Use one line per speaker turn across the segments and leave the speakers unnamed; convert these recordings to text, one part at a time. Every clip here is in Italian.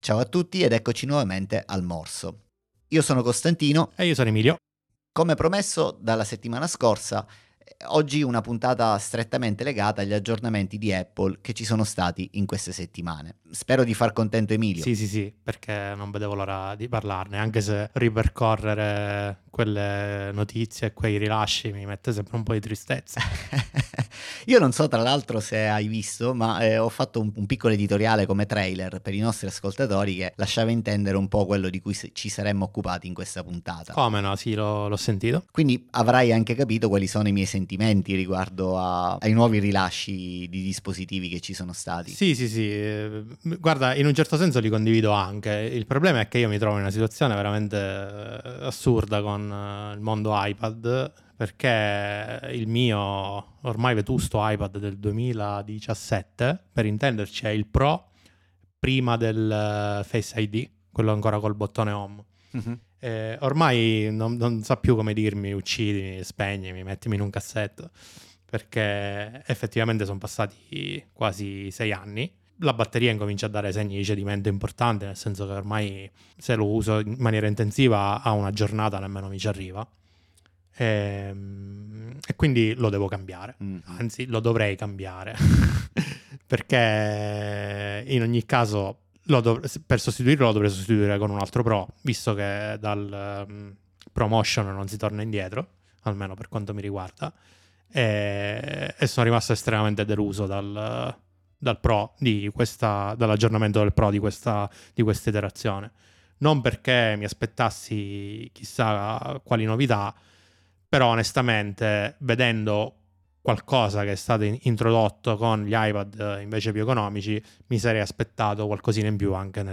Ciao a tutti ed eccoci nuovamente al Morso. Io sono Costantino.
E io sono Emilio.
Come promesso dalla settimana scorsa, oggi una puntata strettamente legata agli aggiornamenti di Apple che ci sono stati in queste settimane. Spero di far contento Emilio.
Sì, perché non vedevo l'ora di parlarne, anche se ripercorrere quelle notizie e quei rilasci mi mette sempre un po' di tristezza.
Io non so tra l'altro se hai visto, ma ho fatto un piccolo editoriale come trailer per i nostri ascoltatori che lasciava intendere un po' quello di cui ci saremmo occupati in questa puntata.
Come no, sì, l'ho sentito.
Quindi avrai anche capito quali sono i miei sentimenti riguardo ai nuovi rilasci di dispositivi che ci sono stati.
Sì, guarda, in un certo senso li condivido anche. Il problema è che io mi trovo in una situazione veramente assurda con il mondo iPad, perché il mio ormai vetusto iPad del 2017, per intenderci, è il Pro prima del Face ID, quello ancora col bottone Home.
Mm-hmm.
Ormai non sa più come dirmi uccidimi, spegnimi, mettimi in un cassetto, perché effettivamente sono passati quasi 6 anni. La batteria incomincia a dare segni di cedimento importante, nel senso che ormai se lo uso in maniera intensiva a una giornata nemmeno mi ci arriva. E quindi lo devo cambiare, anzi lo dovrei cambiare, perché in ogni caso per sostituirlo lo dovrei sostituire con un altro Pro, visto che dal promotion non si torna indietro, almeno per quanto mi riguarda, e sono rimasto estremamente deluso dal Pro dall'aggiornamento del Pro di questa iterazione. Non perché mi aspettassi chissà quali novità, però onestamente vedendo qualcosa che è stato introdotto con gli iPad invece più economici, mi sarei aspettato qualcosina in più anche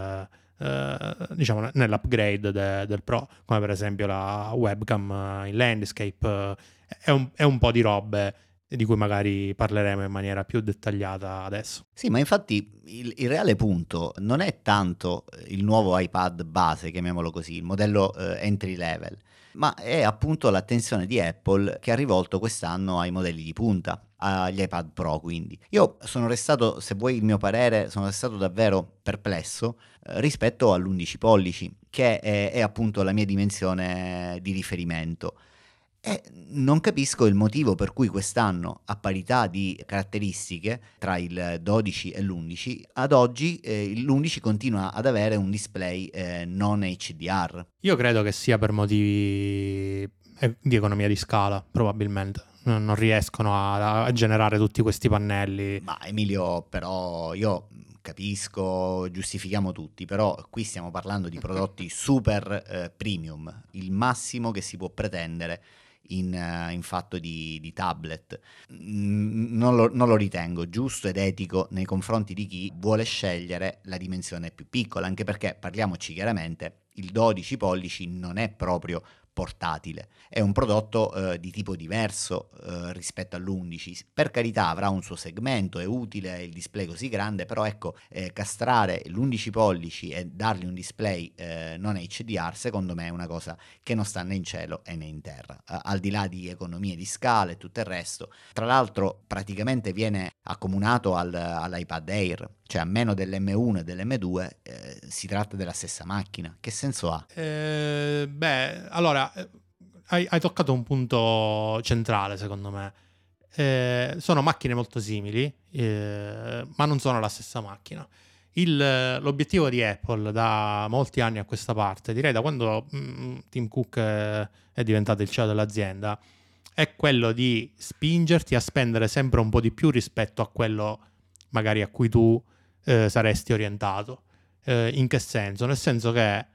diciamo nell'upgrade del Pro, come per esempio la webcam in landscape, è un po' di robe di cui magari parleremo in maniera più dettagliata adesso.
Sì, ma infatti il reale punto non è tanto il nuovo iPad base, chiamiamolo così, il modello entry level, ma è appunto l'attenzione di Apple che ha rivolto quest'anno ai modelli di punta, agli iPad Pro quindi. Io sono restato, se vuoi il mio parere, sono restato davvero perplesso rispetto all'11 pollici, che è appunto la mia dimensione di riferimento. E non capisco il motivo per cui quest'anno, a parità di caratteristiche tra il 12 e l'11, ad oggi l'11 continua ad avere un display non HDR.
Io credo che sia per motivi di economia di scala, probabilmente. Non riescono a generare tutti questi pannelli.
Ma Emilio, però io capisco, giustifichiamo tutti, però qui stiamo parlando di prodotti super premium, il massimo che si può pretendere in fatto di tablet. Non lo ritengo giusto ed etico nei confronti di chi vuole scegliere la dimensione più piccola, anche perché, parliamoci chiaramente, il 12 pollici non è proprio portatile, è un prodotto di tipo diverso rispetto all'11. Per carità avrà un suo segmento, è utile il display così grande, però ecco, castrare l'11 pollici e dargli un display non HDR secondo me è una cosa che non sta né in cielo né in terra, al di là di economie di scala e tutto il resto. Tra l'altro praticamente viene accomunato all'iPad Air, cioè a meno dell'M1 e dell'M2 si tratta della stessa macchina. Che senso ha?
Allora, hai toccato un punto centrale secondo me. Sono macchine molto simili, ma non sono la stessa macchina. L'obiettivo di Apple da molti anni a questa parte, direi da quando Tim Cook è diventato il CEO dell'azienda, è quello di spingerti a spendere sempre un po' di più rispetto a quello magari a cui tu saresti orientato. In che senso? Nel senso che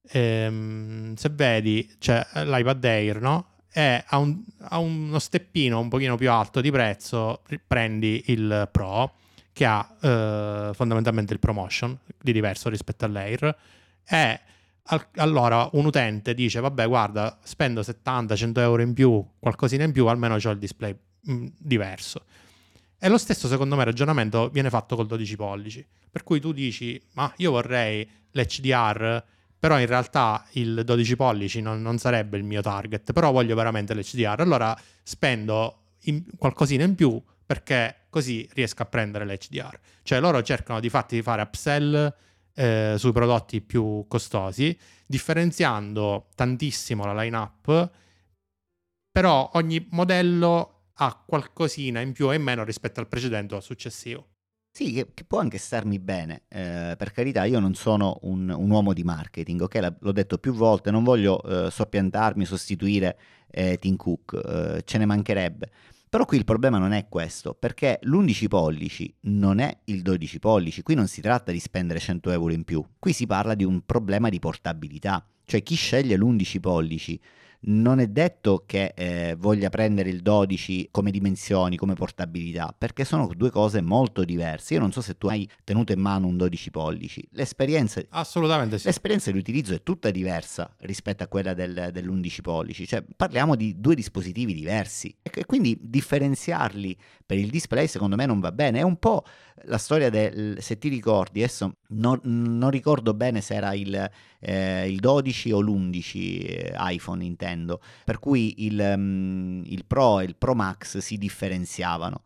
se vedi, cioè l'iPad Air, no? Ha uno steppino un pochino più alto di prezzo, prendi il Pro, che ha fondamentalmente il promotion, di diverso rispetto all'Air, e allora un utente dice, vabbè guarda, spendo 70-100 euro in più, qualcosina in più, almeno c'ho il display diverso. E lo stesso secondo me ragionamento viene fatto col 12 pollici, per cui tu dici, ma io vorrei l'HDR, però in realtà il 12 pollici non sarebbe il mio target, però voglio veramente l'HDR, allora spendo qualcosina in più perché così riesco a prendere l'HDR. Cioè loro cercano di fare upsell sui prodotti più costosi, differenziando tantissimo la line-up, però ogni modello ha qualcosina in più o in meno rispetto al precedente o al successivo.
Sì, che può anche starmi bene, per carità, io non sono un uomo di marketing, ok? L'ho detto più volte, non voglio soppiantarmi, sostituire Tim Cook, ce ne mancherebbe. Però qui il problema non è questo, perché l'11 pollici non è il 12 pollici, qui non si tratta di spendere 100 euro in più, qui si parla di un problema di portabilità, cioè chi sceglie l'11 pollici non è detto che voglia prendere il 12 come dimensioni, come portabilità, perché sono due cose molto diverse. Io non so se tu hai tenuto in mano un 12 pollici,
Assolutamente sì.
l'esperienza di utilizzo è tutta diversa rispetto a quella dell'11 pollici, cioè parliamo di due dispositivi diversi e quindi differenziarli per il display secondo me non va bene. È un po' la storia del, se ti ricordi, adesso non ricordo bene se era il 12 o l'11 iPhone intendo, per cui il Pro e il Pro Max si differenziavano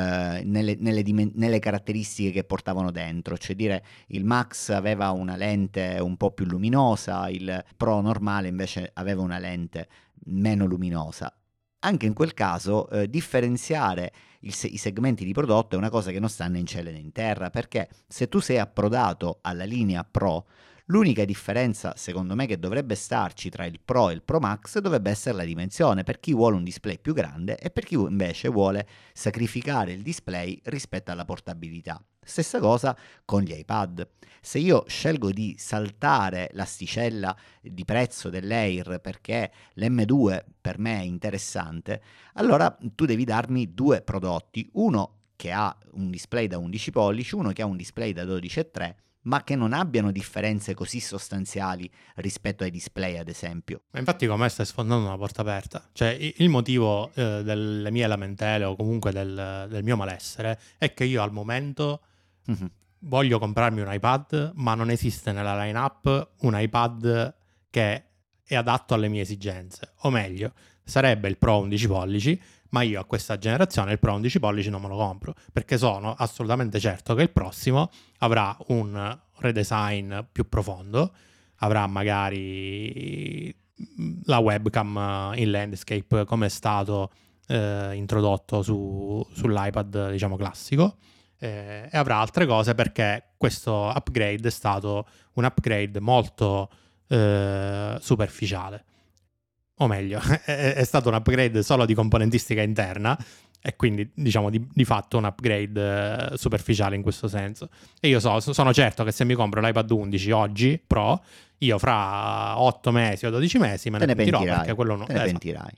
nelle caratteristiche che portavano dentro, cioè dire il Max aveva una lente un po' più luminosa, il Pro normale invece aveva una lente meno luminosa. Anche in quel caso differenziare i segmenti di prodotto è una cosa che non sta né in cielo né in terra, perché se tu sei approdato alla linea Pro, l'unica differenza secondo me che dovrebbe starci tra il Pro e il Pro Max dovrebbe essere la dimensione, per chi vuole un display più grande e per chi invece vuole sacrificare il display rispetto alla portabilità. Stessa cosa con gli iPad. Se io scelgo di saltare l'asticella di prezzo dell'Air perché l'M2 per me è interessante, allora tu devi darmi due prodotti, uno che ha un display da 11 pollici, uno che ha un display da 12,3, ma che non abbiano differenze così sostanziali rispetto ai display, ad esempio.
Ma infatti con me stai sfondando una porta aperta. Cioè, il motivo delle mie lamentele o comunque del mio malessere è che io al momento voglio comprarmi un iPad, ma non esiste nella line-up un iPad che è adatto alle mie esigenze. O meglio, sarebbe il Pro 11 pollici, ma io a questa generazione il Pro 11 pollici non me lo compro, perché sono assolutamente certo che il prossimo avrà un redesign più profondo, avrà magari la webcam in landscape come è stato introdotto sull'iPad, diciamo, classico, e avrà altre cose perché questo upgrade è stato un upgrade molto superficiale. O meglio, è stato un upgrade solo di componentistica interna e quindi diciamo di fatto un upgrade superficiale in questo senso. E io sono certo che se mi compro l'iPad 11 oggi Pro, io fra 8 mesi o 12 mesi me ne pentirò, perché quello no.
Te ne pentirai.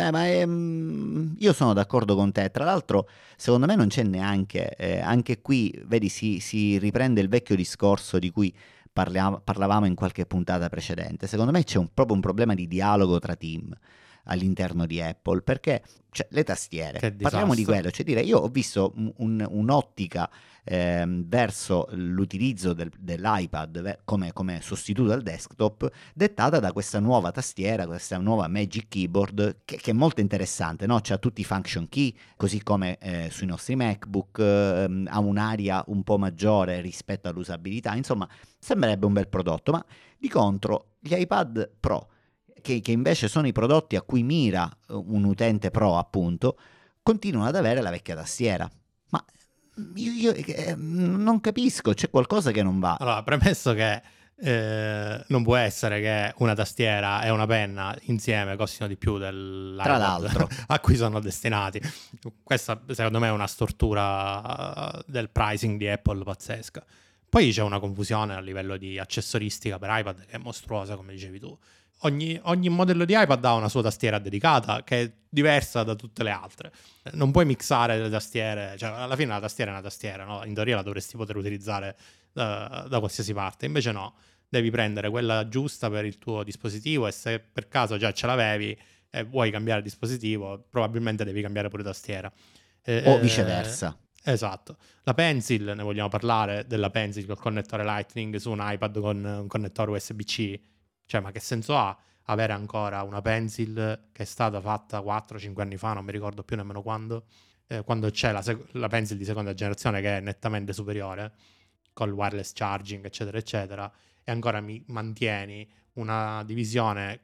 Io sono d'accordo con te. Tra l'altro, secondo me non c'è neanche, anche qui, vedi, si riprende il vecchio discorso di cui parlavamo in qualche puntata precedente. Secondo me c'è proprio un problema di dialogo tra team all'interno di Apple, perché cioè, le tastiere, parliamo di quello, cioè dire, io ho visto un'ottica verso l'utilizzo dell'iPad come sostituto al desktop dettata da questa nuova tastiera, questa nuova Magic Keyboard che è molto interessante, no? C'ha tutti i function key, così come sui nostri MacBook, ha un'aria un po' maggiore rispetto all'usabilità, insomma sembrerebbe un bel prodotto, ma di contro gli iPad Pro, che invece sono i prodotti a cui mira un utente Pro, appunto, continuano ad avere la vecchia tastiera. Ma io non capisco, c'è qualcosa che non va.
Allora, premesso che non può essere che una tastiera e una penna insieme costino di più dell'iPad
Tra l'altro
a cui sono destinati. Questa secondo me è una stortura del pricing di Apple pazzesca. Poi c'è una confusione a livello di accessoristica per iPad che è mostruosa, come dicevi tu. Ogni modello di iPad ha una sua tastiera dedicata che è diversa da tutte le altre. Non puoi mixare le tastiere, cioè alla fine la tastiera è una tastiera, no? In teoria la dovresti poter utilizzare da qualsiasi parte, invece no, devi prendere quella giusta per il tuo dispositivo e se per caso già ce l'avevi e vuoi cambiare dispositivo, probabilmente devi cambiare pure tastiera.
O viceversa.
Esatto. La Pencil, ne vogliamo parlare della Pencil col connettore Lightning su un iPad con un connettore USB-C? Cioè, ma che senso ha avere ancora una Pencil che è stata fatta 4-5 anni fa, non mi ricordo più nemmeno quando c'è la Pencil di seconda generazione che è nettamente superiore? col wireless charging, eccetera, eccetera, e ancora mi mantieni una divisione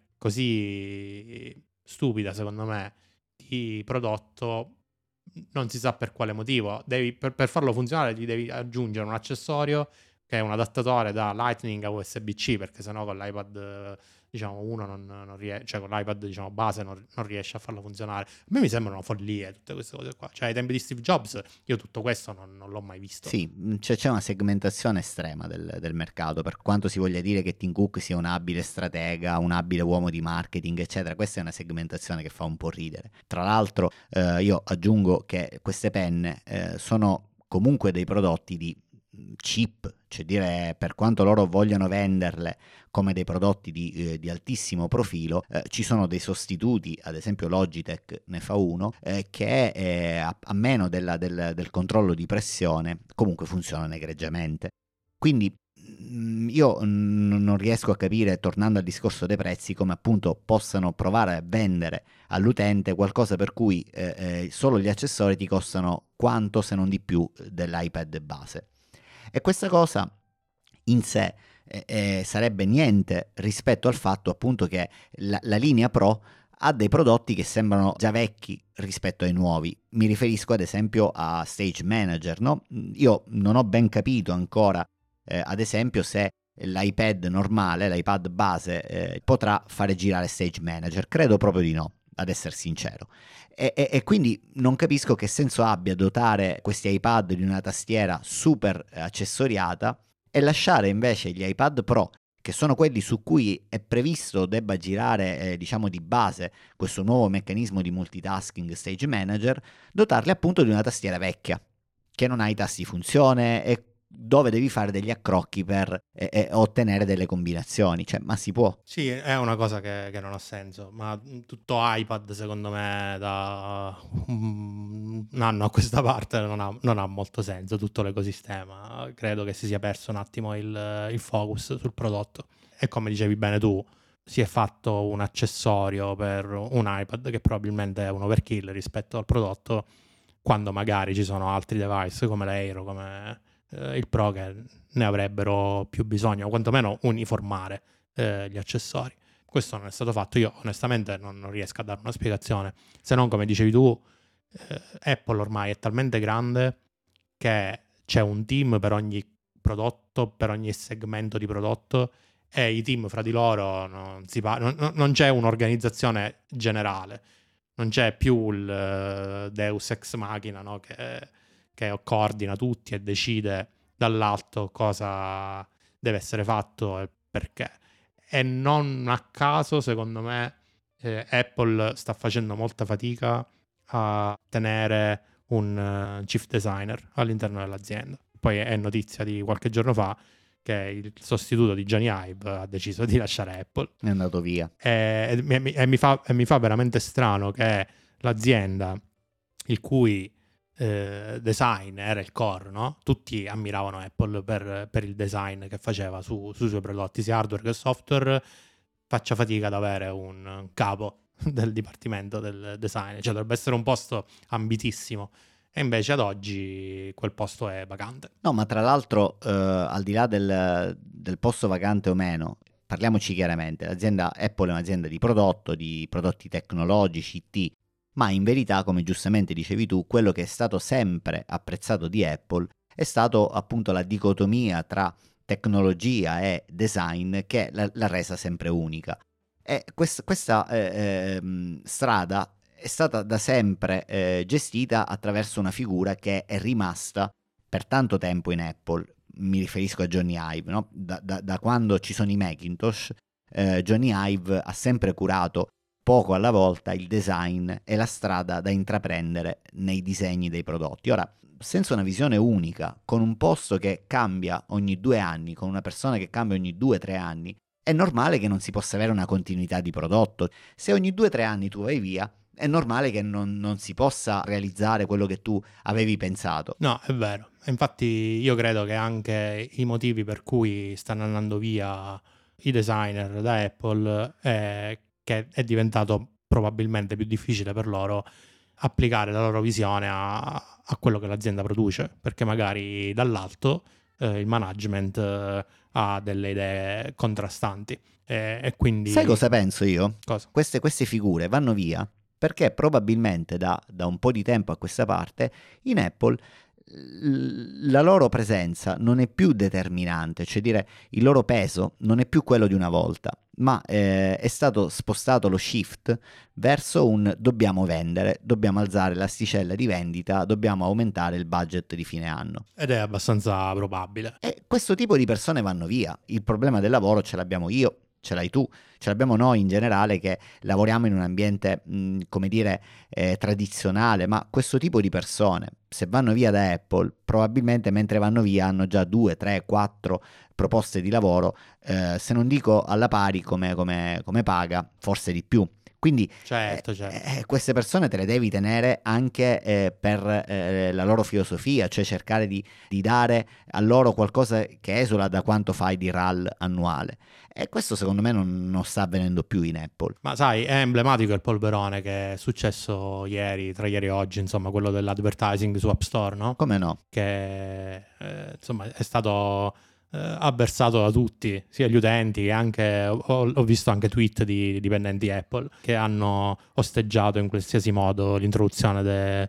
così stupida, secondo me, di prodotto, non si sa per quale motivo. Per farlo funzionare gli devi aggiungere un accessorio che è un adattatore da Lightning a USB-C, perché sennò con l'iPad diciamo uno non riesce, cioè con l'iPad diciamo base non riesce a farlo funzionare. A me mi sembrano follie tutte queste cose qua, cioè ai tempi di Steve Jobs io tutto questo non l'ho mai visto.
Sì, c'è una segmentazione estrema del mercato, per quanto si voglia dire che Tim Cook sia un abile stratega, un abile uomo di marketing, eccetera. Questa è una segmentazione che fa un po' ridere. Tra l'altro io aggiungo che queste penne sono comunque dei prodotti di cheap, cioè dire, per quanto loro vogliono venderle come dei prodotti di altissimo profilo, ci sono dei sostituti, ad esempio Logitech ne fa uno, che a meno del controllo di pressione comunque funzionano egregiamente. Quindi io non riesco a capire, tornando al discorso dei prezzi, come appunto possano provare a vendere all'utente qualcosa per cui solo gli accessori ti costano quanto, se non di più, dell'iPad base. E questa cosa in sé sarebbe niente rispetto al fatto appunto che la linea Pro ha dei prodotti che sembrano già vecchi rispetto ai nuovi. Mi riferisco ad esempio a Stage Manager, no? Io non ho ben capito ancora ad esempio se l'iPad normale, l'iPad base potrà fare girare Stage Manager. Credo proprio di no, ad essere sincero. E quindi non capisco che senso abbia dotare questi iPad di una tastiera super accessoriata e lasciare invece gli iPad Pro, che sono quelli su cui è previsto debba girare diciamo di base questo nuovo meccanismo di multitasking Stage Manager, dotarli appunto di una tastiera vecchia che non ha i tasti funzione e dove devi fare degli accrocchi per ottenere delle combinazioni. Cioè, ma si può?
Sì, è una cosa che non ha senso, ma tutto iPad secondo me da un anno a questa parte non ha molto senso, tutto l'ecosistema. Credo che si sia perso un attimo il focus sul prodotto. E come dicevi bene tu, si è fatto un accessorio per un iPad che probabilmente è un overkill rispetto al prodotto, quando magari ci sono altri device come l'Aero, come il Pro, che ne avrebbero più bisogno, o quantomeno uniformare gli accessori. Questo non è stato fatto. Io onestamente non riesco a dare una spiegazione, se non, come dicevi tu, Apple ormai è talmente grande che c'è un team per ogni prodotto, per ogni segmento di prodotto, e i team fra di loro non c'è un'organizzazione generale, non c'è più il Deus ex machina, no? che coordina tutti e decide dall'alto cosa deve essere fatto e perché. E non a caso, secondo me, Apple sta facendo molta fatica a tenere un chief designer all'interno dell'azienda. Poi è notizia di qualche giorno fa che il sostituto di Johnny Ive ha deciso di lasciare Apple.
È andato via.
E mi fa veramente strano che l'azienda, il cui design era il core, no? Tutti ammiravano Apple per il design che faceva sui suoi prodotti, sia hardware che software, faccia fatica ad avere un capo del dipartimento del design. Cioè dovrebbe essere un posto ambitissimo, e invece ad oggi quel posto è vacante.
No, ma tra l'altro al di là del posto vacante o meno, parliamoci chiaramente, l'azienda Apple è un'azienda di prodotti tecnologici, IT, ma in verità, come giustamente dicevi tu, quello che è stato sempre apprezzato di Apple è stato appunto la dicotomia tra tecnologia e design che l'ha resa sempre unica. E questa strada è stata da sempre gestita attraverso una figura che è rimasta per tanto tempo in Apple. Mi riferisco a Johnny Ive, no? Da quando ci sono i Macintosh, Johnny Ive ha sempre curato poco alla volta il design e la strada da intraprendere nei disegni dei prodotti. Ora, senza una visione unica, con un posto che cambia ogni 2 anni, con una persona che cambia ogni 2-3 anni, è normale che non si possa avere una continuità di prodotto. Se ogni 2-3 anni tu vai via, è normale che non si possa realizzare quello che tu avevi pensato.
No, è vero. Infatti io credo che anche i motivi per cui stanno andando via i designer da Apple è che è diventato probabilmente più difficile per loro applicare la loro visione a quello che l'azienda produce, perché magari dall'alto il management ha delle idee contrastanti. E quindi...
Sai cosa penso io?
Cosa?
Queste figure vanno via perché probabilmente da un po' di tempo a questa parte in Apple la loro presenza non è più determinante, cioè dire il loro peso non è più quello di una volta, ma è stato spostato lo shift verso un dobbiamo vendere, dobbiamo alzare l'asticella di vendita, dobbiamo aumentare il budget di fine anno.
Ed è abbastanza probabile.
E questo tipo di persone vanno via. Il problema del lavoro ce l'abbiamo io, ce l'hai tu, ce l'abbiamo noi in generale che lavoriamo in un ambiente, come dire, tradizionale, ma questo tipo di persone, se vanno via da Apple, probabilmente mentre vanno via hanno già 2, 3, 4 proposte di lavoro, se non dico alla pari come paga, forse di più. Quindi
certo.
queste persone te le devi tenere anche per la loro filosofia, cioè cercare di dare a loro qualcosa che esula da quanto fai di RAL annuale. E questo secondo me non sta avvenendo più in Apple.
Ma sai, è emblematico il polverone che è successo tra ieri e oggi, insomma, quello dell'advertising su App Store, no?
Come no?
Che insomma è stato avversato da tutti, sia gli utenti che anche ho visto anche tweet di dipendenti Apple che hanno osteggiato in qualsiasi modo l'introduzione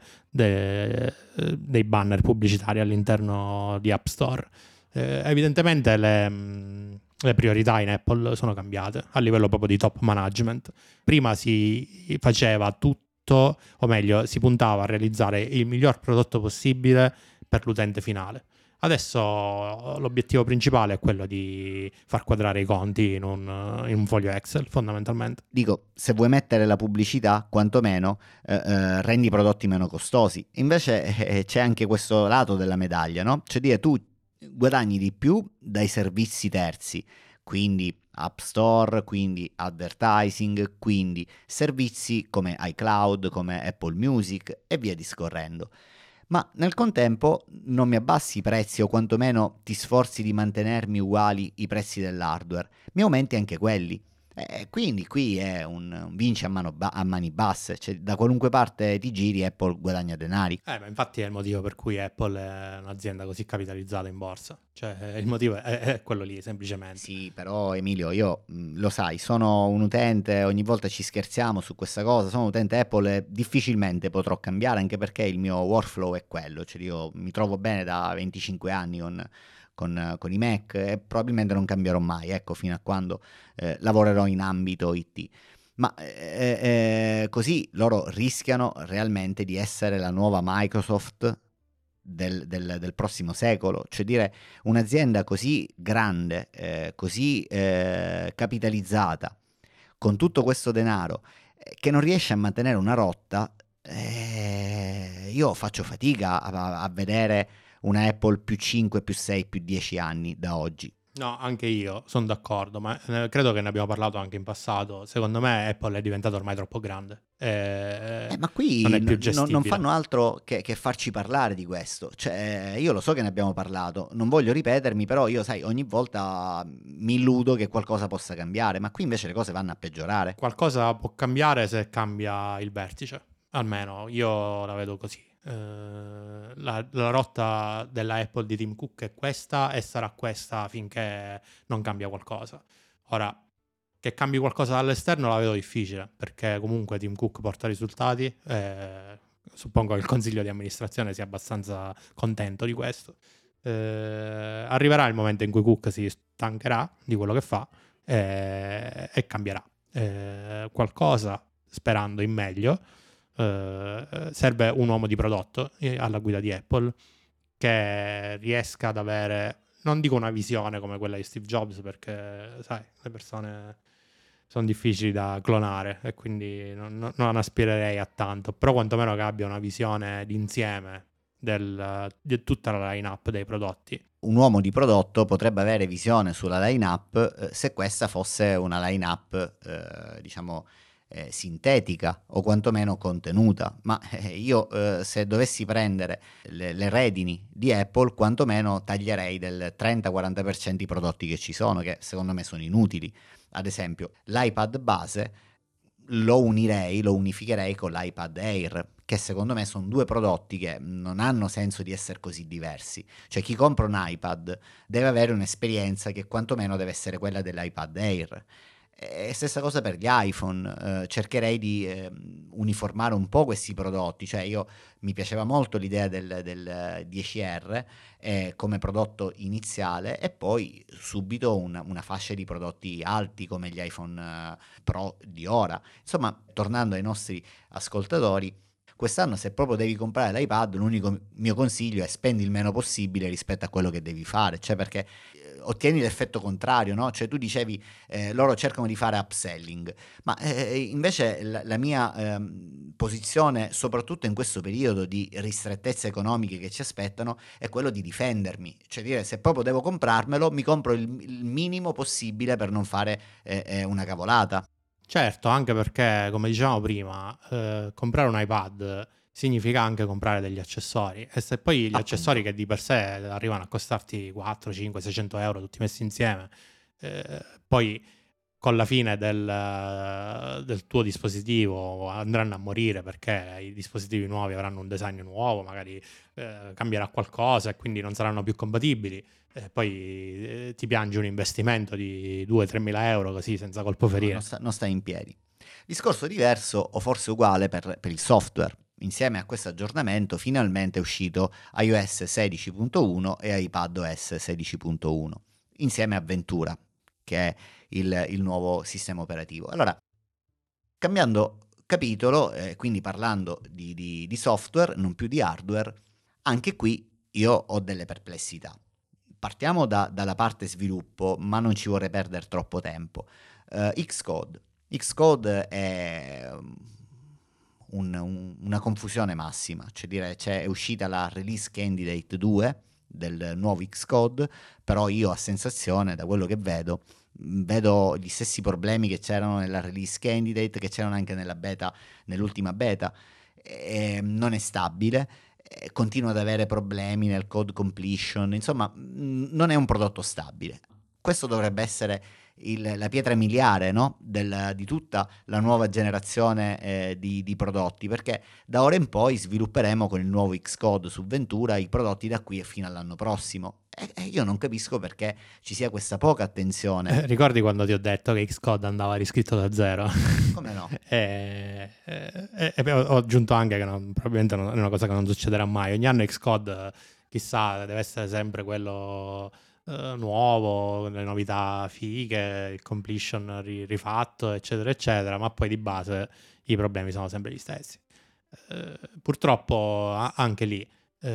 dei banner pubblicitari all'interno di App Store. Evidentemente le priorità in Apple sono cambiate a livello proprio di top management. Prima si faceva tutto, o meglio, si puntava a realizzare il miglior prodotto possibile per l'utente finale. Adesso l'obiettivo principale è quello di far quadrare i conti in un foglio Excel, fondamentalmente.
Dico, se vuoi mettere la pubblicità, quantomeno rendi i prodotti meno costosi. Invece c'è anche questo lato della medaglia, no? Cioè dire, tu guadagni di più dai servizi terzi, quindi App Store, quindi advertising, quindi servizi come iCloud, come Apple Music e via discorrendo. Ma nel contempo non mi abbassi i prezzi o quantomeno ti sforzi di mantenermi uguali i prezzi dell'hardware, mi aumenti anche quelli. Quindi qui è un vince a mani basse, cioè da qualunque parte ti giri Apple guadagna denari.
Ma infatti è il motivo per cui Apple è un'azienda così capitalizzata in borsa, cioè il motivo è quello lì semplicemente.
Sì, però Emilio, io lo sai, sono un utente, ogni volta ci scherziamo su questa cosa, sono un utente Apple e difficilmente potrò cambiare anche perché il mio workflow è quello, cioè io mi trovo bene da 25 anni con i Mac e probabilmente non cambierò mai, ecco, fino a quando lavorerò in ambito IT. Ma così loro rischiano realmente di essere la nuova Microsoft del prossimo secolo, cioè dire un'azienda così grande, così capitalizzata, con tutto questo denaro, che non riesce a mantenere una rotta, io faccio fatica a vedere una Apple più 5, più 6, più 10 anni da oggi.
No, anche io sono d'accordo, ma credo che ne abbiamo parlato anche in passato. Secondo me Apple è diventata ormai troppo grande.
Ma qui
non è più gestibile.
non fanno altro che farci parlare di questo. Cioè, io lo so che ne abbiamo parlato, non voglio ripetermi, però io, sai, ogni volta mi illudo che qualcosa possa cambiare, ma qui invece le cose vanno a peggiorare.
Qualcosa può cambiare se cambia il vertice, almeno io la vedo così. La rotta della Apple di Tim Cook è questa e sarà questa finché non cambia qualcosa. Ora, che cambi qualcosa dall'esterno la vedo difficile, perché comunque Tim Cook porta risultati e suppongo che il consiglio di amministrazione sia abbastanza contento di questo. Arriverà il momento in cui Cook si stancherà di quello che fa e cambierà qualcosa, sperando in meglio. Serve un uomo di prodotto alla guida di Apple che riesca ad avere, non dico una visione come quella di Steve Jobs, perché sai, le persone sono difficili da clonare e quindi non aspirerei a tanto, però quantomeno che abbia una visione d'insieme di tutta la line-up dei prodotti.
Un uomo di prodotto potrebbe avere visione sulla line-up se questa fosse una line-up, diciamo, sintetica o quantomeno contenuta, ma io se dovessi prendere le redini di Apple, quantomeno taglierei del 30-40% i prodotti che ci sono, che secondo me sono inutili. Ad esempio l'iPad base lo unificherei con l'iPad Air, che secondo me sono due prodotti che non hanno senso di essere così diversi. Cioè chi compra un iPad deve avere un'esperienza che quantomeno deve essere quella dell'iPad Air. E stessa cosa per gli iPhone, cercherei di uniformare un po' questi prodotti, cioè io mi piaceva molto l'idea del 10R come prodotto iniziale e poi subito una fascia di prodotti alti come gli iPhone Pro di ora. Insomma, tornando ai nostri ascoltatori, quest'anno se proprio devi comprare l'iPad, l'unico mio consiglio è spendi il meno possibile rispetto a quello che devi fare, cioè perché ottieni l'effetto contrario, no? Cioè tu dicevi loro cercano di fare upselling, ma invece la mia posizione, soprattutto in questo periodo di ristrettezze economiche che ci aspettano, è quello di difendermi, cioè dire se proprio devo comprarmelo, mi compro il minimo possibile per non fare una cavolata.
Certo, anche perché, come dicevamo prima, comprare un iPad significa anche comprare degli accessori. E se poi gli accessori
Appunto.
che di per sé arrivano a costarti 4, 5, 600 euro tutti messi insieme, poi con la fine del tuo dispositivo andranno a morire perché i dispositivi nuovi avranno un design nuovo, magari cambierà qualcosa e quindi non saranno più compatibili. Poi ti piangi un investimento di 2-3 mila euro così senza colpo
No,
ferire.
non sta in piedi. Discorso diverso o forse uguale per il software. Insieme a questo aggiornamento finalmente è uscito iOS 16.1 e iPadOS 16.1, insieme a Ventura, che è il nuovo sistema operativo. Allora, cambiando capitolo, quindi parlando di software, non più di hardware, anche qui io ho delle perplessità. Partiamo dalla parte sviluppo, ma non ci vorrei perdere troppo tempo. Xcode. Xcode è una confusione massima, cioè dire è uscita la release candidate 2 del nuovo Xcode, però io a sensazione, da quello che vedo gli stessi problemi che c'erano nella release candidate, che c'erano anche nell'ultima beta, non è stabile, continua ad avere problemi nel code completion, insomma non è un prodotto stabile. Questo dovrebbe essere la pietra miliare, no? Di tutta la nuova generazione di prodotti, perché da ora in poi svilupperemo con il nuovo Xcode su Ventura i prodotti da qui e fino all'anno prossimo. E io non capisco perché ci sia questa poca attenzione.
Ricordi quando ti ho detto che Xcode andava riscritto da zero?
Come no?
E poi ho aggiunto anche che probabilmente è una cosa che non succederà mai. Ogni anno Xcode, chissà, deve essere sempre quello nuovo, le novità fighe, il completion rifatto, eccetera, eccetera, ma poi di base i problemi sono sempre gli stessi. Purtroppo anche lì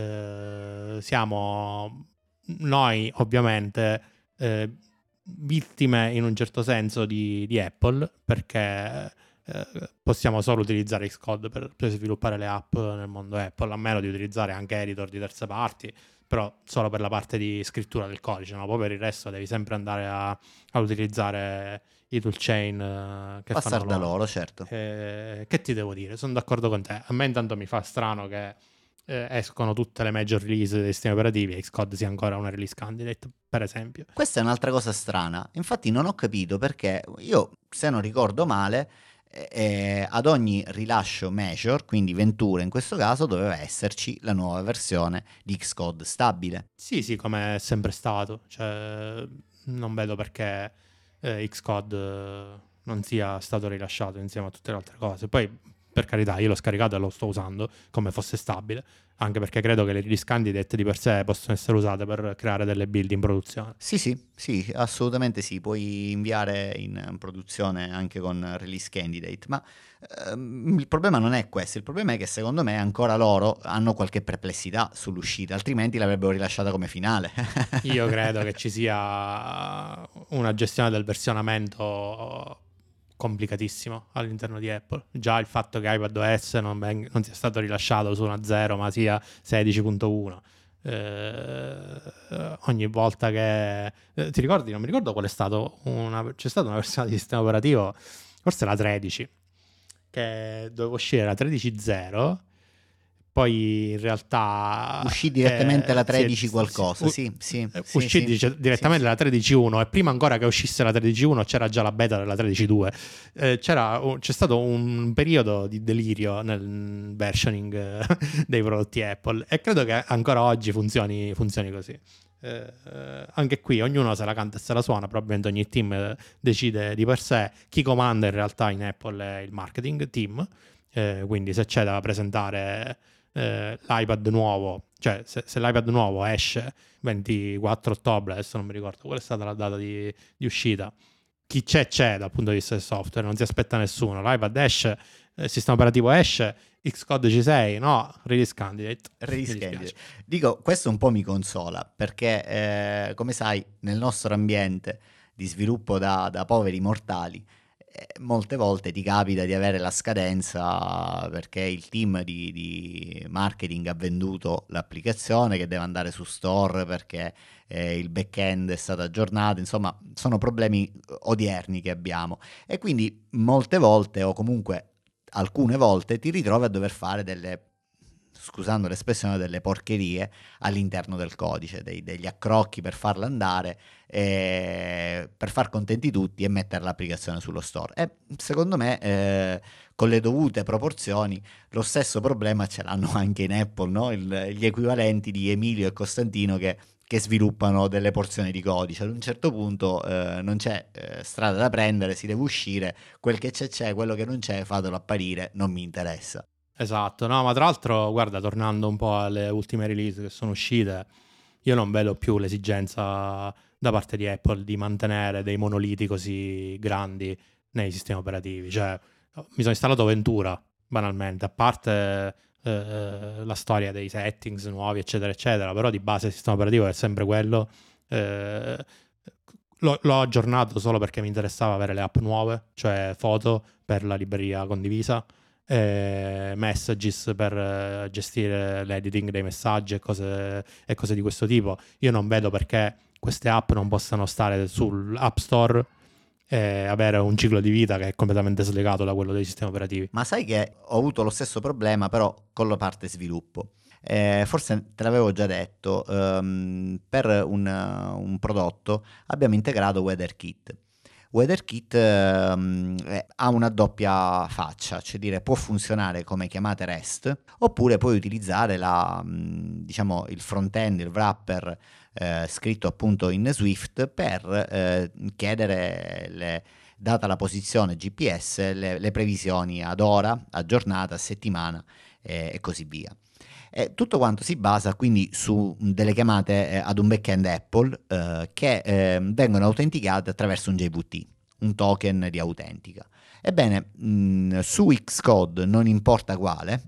siamo noi ovviamente vittime in un certo senso di Apple, perché possiamo solo utilizzare Xcode per sviluppare le app nel mondo Apple, a meno di utilizzare anche editor di terze parti, però solo per la parte di scrittura del codice, no? Poi per il resto devi sempre andare a utilizzare i toolchain che fanno
Passare da
loro.
loro, certo.
Che ti devo dire? Sono d'accordo con te. A me intanto mi fa strano che escono tutte le major release dei sistemi operativi e Xcode sia ancora una release candidate, per esempio.
Questa è un'altra cosa strana, infatti non ho capito perché io, se non ricordo male, ad ogni rilascio major, quindi Ventura in questo caso, doveva esserci la nuova versione di Xcode stabile.
Sì, sì, come è sempre stato. Cioè, non vedo perché Xcode non sia stato rilasciato insieme a tutte le altre cose. Poi, per carità, io l'ho scaricato e lo sto usando come fosse stabile, anche perché credo che le release candidate di per sé possono essere usate per creare delle build in produzione.
Sì, assolutamente sì, puoi inviare in produzione anche con release candidate, ma il problema non è questo, il problema è che secondo me ancora loro hanno qualche perplessità sull'uscita, altrimenti l'avrebbero rilasciata come finale.
Sia credo che ci sia una gestione del versionamento complicatissimo all'interno di Apple. Già il fatto che iPadOS non sia stato rilasciato su 1.0 ma sia 16.1. Ogni volta che ti ricordi, non mi ricordo qual è stato c'è stata una versione di sistema operativo, forse la 13, che doveva uscire la 13.0, poi in realtà
uscì direttamente la 13 qualcosa,
uscì direttamente la 13.1 e prima ancora che uscisse la 13.1 c'era già la beta della 13.2. C'è stato un periodo di delirio nel versioning dei prodotti Apple e credo che ancora oggi funzioni così. Anche qui ognuno se la canta e se la suona, probabilmente ogni team decide di per sé. Chi comanda in realtà in Apple è il marketing team, quindi se c'è da presentare l'iPad nuovo, cioè se l'iPad nuovo esce 24 ottobre, adesso non mi ricordo qual è stata la data di uscita, chi c'è dal punto di vista del software, non si aspetta nessuno, l'iPad esce, il sistema operativo esce, Xcode C6, no, release candidate.
Dico, questo un po' mi consola, perché come sai, nel nostro ambiente di sviluppo da poveri mortali, molte volte ti capita di avere la scadenza perché il team di marketing ha venduto l'applicazione che deve andare su store perché il back-end è stato aggiornato, insomma sono problemi odierni che abbiamo e quindi molte volte o comunque alcune volte ti ritrovi a dover fare scusando l'espressione, delle porcherie all'interno del codice, degli accrocchi per farla andare, per far contenti tutti e mettere l'applicazione sullo store. E secondo me, con le dovute proporzioni, lo stesso problema ce l'hanno anche in Apple, no? Gli equivalenti di Emilio e Costantino che sviluppano delle porzioni di codice. Ad un certo punto non c'è strada da prendere, si deve uscire, quel che c'è, quello che non c'è fatelo apparire, non mi interessa.
Esatto, no, ma tra l'altro, guarda, tornando un po' alle ultime release che sono uscite, io non vedo più l'esigenza da parte di Apple di mantenere dei monoliti così grandi nei sistemi operativi. Cioè, mi sono installato Ventura, banalmente, a parte la storia dei settings nuovi, eccetera, eccetera, però di base il sistema operativo è sempre quello. L'ho aggiornato solo perché mi interessava avere le app nuove, cioè foto per la libreria condivisa, messages per gestire l'editing dei messaggi e cose di questo tipo. Io non vedo perché queste app non possano stare sull'App Store e avere un ciclo di vita che è completamente slegato da quello dei sistemi operativi.
Ma sai che ho avuto lo stesso problema però con la parte sviluppo. Forse te l'avevo già detto, per un prodotto abbiamo integrato WeatherKit. WeatherKit ha una doppia faccia, cioè dire può funzionare come chiamate REST oppure puoi utilizzare diciamo il front-end, il wrapper scritto appunto in Swift per chiedere data la posizione GPS, le previsioni ad ora, a giornata, a settimana e così via. Tutto quanto si basa quindi su delle chiamate ad un backend Apple che vengono autenticate attraverso un JWT, un token di autentica. Ebbene, su Xcode non importa quale,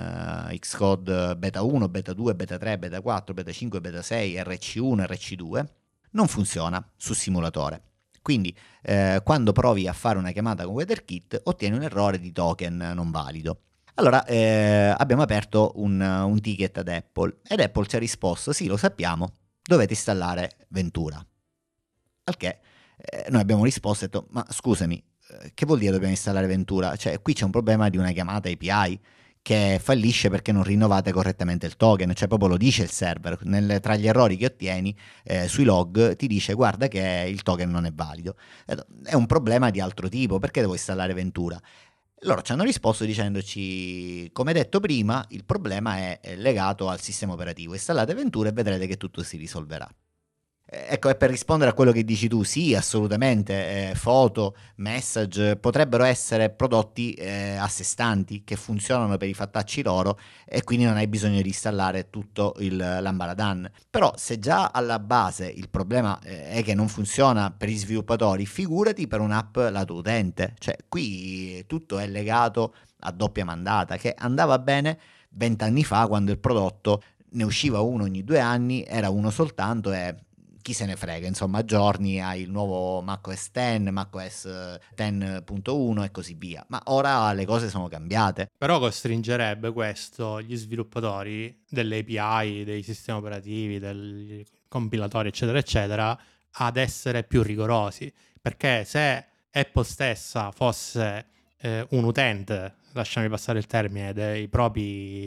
Xcode beta 1, beta 2, beta 3, beta 4, beta 5, beta 6, RC1, RC2, non funziona su simulatore. Quindi quando provi a fare una chiamata con WeatherKit ottieni un errore di token non valido. Allora abbiamo aperto un ticket ad Apple ed Apple ci ha risposto sì, lo sappiamo, dovete installare Ventura. Al che noi abbiamo risposto e detto ma scusami, che vuol dire dobbiamo installare Ventura? Cioè qui c'è un problema di una chiamata API che fallisce perché non rinnovate correttamente il token, cioè proprio lo dice il server, tra gli errori che ottieni sui log ti dice guarda che il token non è valido. È un problema di altro tipo, perché devo installare Ventura? Loro ci hanno risposto dicendoci, come detto prima, il problema è legato al sistema operativo, installate Ventura e vedrete che tutto si risolverà. Ecco, e per rispondere a quello che dici tu, sì, assolutamente, foto, message potrebbero essere prodotti a sé stanti che funzionano per i fattacci loro e quindi non hai bisogno di installare tutto l'ambaradan. Però se già alla base il problema è che non funziona per gli sviluppatori, figurati per un'app lato utente. Cioè qui tutto è legato a doppia mandata, che andava bene 20 anni fa quando il prodotto ne usciva uno ogni 2 anni, era uno soltanto e chi se ne frega, insomma, aggiorni hai il nuovo macOS 10, macOS 10.1 e così via. Ma ora le cose sono cambiate.
Però costringerebbe questo gli sviluppatori delle API, dei sistemi operativi, dei compilatori, eccetera, eccetera, ad essere più rigorosi. Perché se Apple stessa fosse un utente, lasciami passare il termine, dei propri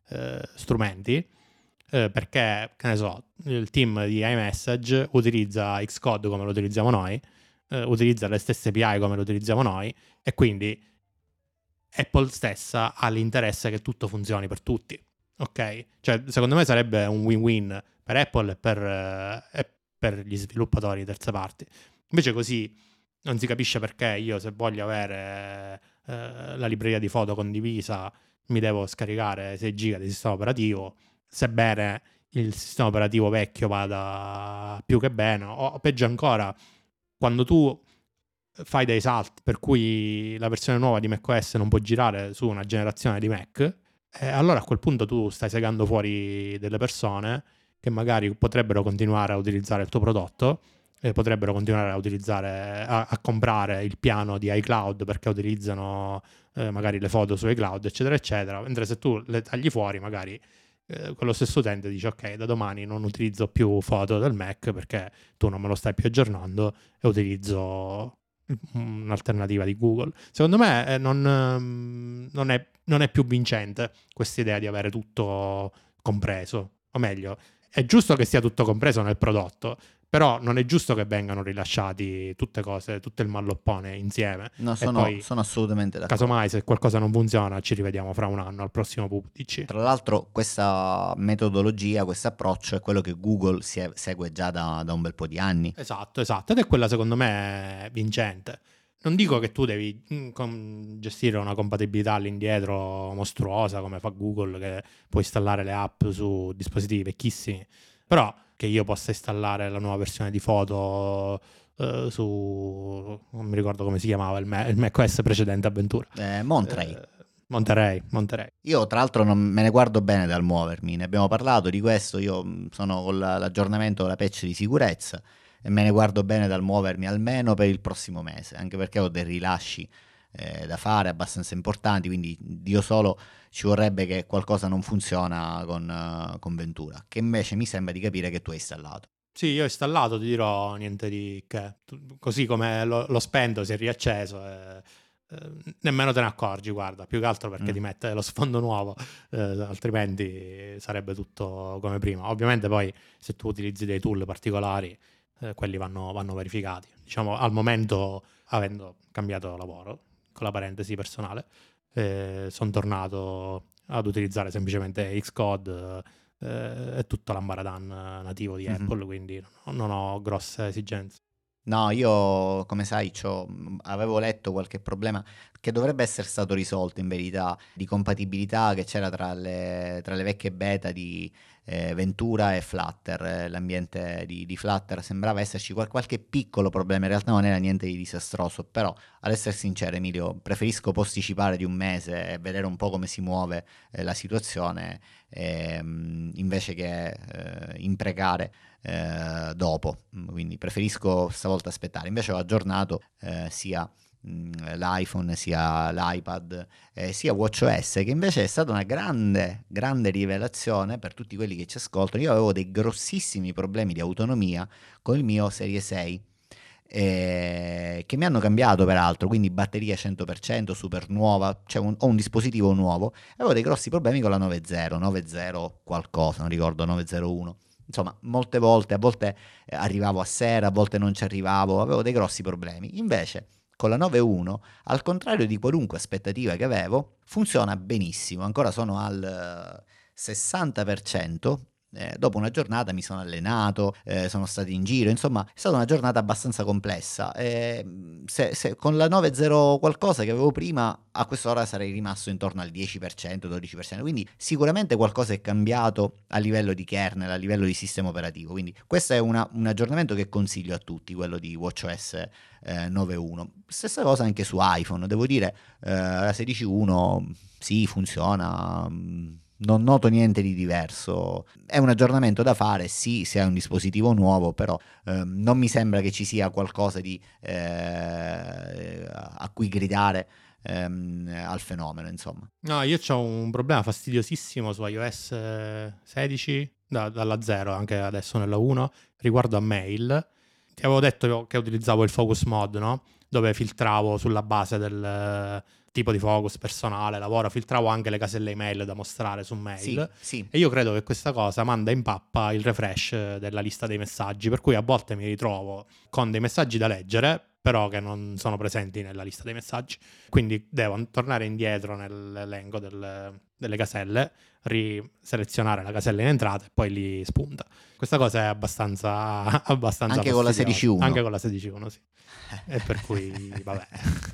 strumenti, perché, che ne so, il team di iMessage utilizza Xcode come lo utilizziamo noi, utilizza le stesse API come lo utilizziamo noi, e quindi Apple stessa ha l'interesse che tutto funzioni per tutti, ok? Cioè, secondo me sarebbe un win-win per Apple e per gli sviluppatori di terze parti. Invece così non si capisce perché io, se voglio avere la libreria di foto condivisa, mi devo scaricare 6 giga di sistema operativo, sebbene il sistema operativo vecchio vada più che bene, o peggio ancora, quando tu fai dei salti per cui la versione nuova di macOS non può girare su una generazione di Mac, allora a quel punto tu stai segando fuori delle persone che magari potrebbero continuare a utilizzare il tuo prodotto, potrebbero continuare a utilizzare, a comprare il piano di iCloud perché utilizzano magari le foto su iCloud, eccetera, eccetera. Mentre se tu le tagli fuori, magari quello stesso utente dice: ok, da domani non utilizzo più foto del Mac perché tu non me lo stai più aggiornando, e utilizzo un'alternativa di Google. Secondo me non è più vincente questa idea di avere tutto compreso, o meglio, è giusto che sia tutto compreso nel prodotto, però non è giusto che vengano rilasciati tutte cose, tutto il malloppone insieme.
No,
E poi,
sono assolutamente d'accordo.
casomai, se qualcosa non funziona, ci rivediamo fra un anno al prossimo PubDC.
Tra l'altro questa metodologia, questo approccio è quello che Google segue già da un bel po' di anni.
Esatto, ed è quella secondo me vincente. Non dico che tu devi gestire una compatibilità all'indietro mostruosa come fa Google, che puoi installare le app su dispositivi vecchissimi, però che io possa installare la nuova versione di foto su, non mi ricordo come si chiamava il macOS precedente avventura.
Monterey.
Monterey.
Io tra l'altro non me ne guardo bene dal muovermi, ne abbiamo parlato di questo, io sono con l'aggiornamento della patch di sicurezza e me ne guardo bene dal muovermi almeno per il prossimo mese, anche perché ho dei rilasci da fare abbastanza importanti, quindi Dio solo ci vorrebbe che qualcosa non funziona con Ventura, che invece mi sembra di capire che tu hai installato.
Sì, io ho installato, ti dirò niente di che. Così come lo spento, si è riacceso. Nemmeno te ne accorgi, guarda, più che altro perché ti mette lo sfondo nuovo, altrimenti sarebbe tutto come prima. Ovviamente poi se tu utilizzi dei tool particolari, quelli vanno verificati. Diciamo, al momento, avendo cambiato lavoro, con la parentesi personale, sono tornato ad utilizzare semplicemente Xcode e tutta l'ambaradan nativo di Apple, quindi non ho grosse esigenze.
No, io come sai avevo letto qualche problema che dovrebbe essere stato risolto in verità, di compatibilità che c'era tra le vecchie beta di Ventura e Flutter. L'ambiente di Flutter sembrava esserci qualche piccolo problema, in realtà non era niente di disastroso, però ad essere sincero Emilio, preferisco posticipare di un mese e vedere un po' come si muove la situazione invece che imprecare dopo, quindi preferisco stavolta aspettare. Invece ho aggiornato sia l'iPhone sia l'iPad sia WatchOS, che invece è stata una grande rivelazione per tutti quelli che ci ascoltano. Io avevo dei grossissimi problemi di autonomia con il mio Serie 6 che mi hanno cambiato peraltro, quindi batteria 100% super nuova, cioè ho un dispositivo nuovo, avevo dei grossi problemi con la 9.0 qualcosa, non ricordo, 9.01. Insomma, molte volte, a volte arrivavo a sera, a volte non ci arrivavo, avevo dei grossi problemi. Invece, con la 9.1, al contrario di qualunque aspettativa che avevo, funziona benissimo. Ancora sono al 60%. Dopo una giornata mi sono allenato, sono stato in giro, insomma è stata una giornata abbastanza complessa. Se con la 9.0 qualcosa che avevo prima, a quest'ora sarei rimasto intorno al 10%, 12%, quindi sicuramente qualcosa è cambiato a livello di kernel, a livello di sistema operativo, quindi questo è un aggiornamento che consiglio a tutti, quello di WatchOS 9.1. Stessa cosa anche su iPhone, devo dire, la 16.1 sì, funziona, non noto niente di diverso. È un aggiornamento da fare, sì, se hai un dispositivo nuovo, però non mi sembra che ci sia qualcosa di a cui gridare al fenomeno, insomma.
No, io ho un problema fastidiosissimo su iOS 16 dalla 0, anche adesso nella 1, riguardo a mail. Ti avevo detto che utilizzavo il focus mode, no? Dove filtravo sulla base tipo di focus personale, lavoro, filtravo anche le caselle email da mostrare su mail.
Sì.
E io credo che questa cosa manda in pappa il refresh della lista dei messaggi, per cui a volte mi ritrovo con dei messaggi da leggere, però che non sono presenti nella lista dei messaggi. Quindi devo tornare indietro nell'elenco delle caselle, riselezionare la casella in entrata e poi li spunta. Questa cosa è abbastanza
Anche con la
fastidiosa.
16.1.
Anche con la 16.1, sì. E per cui, vabbè,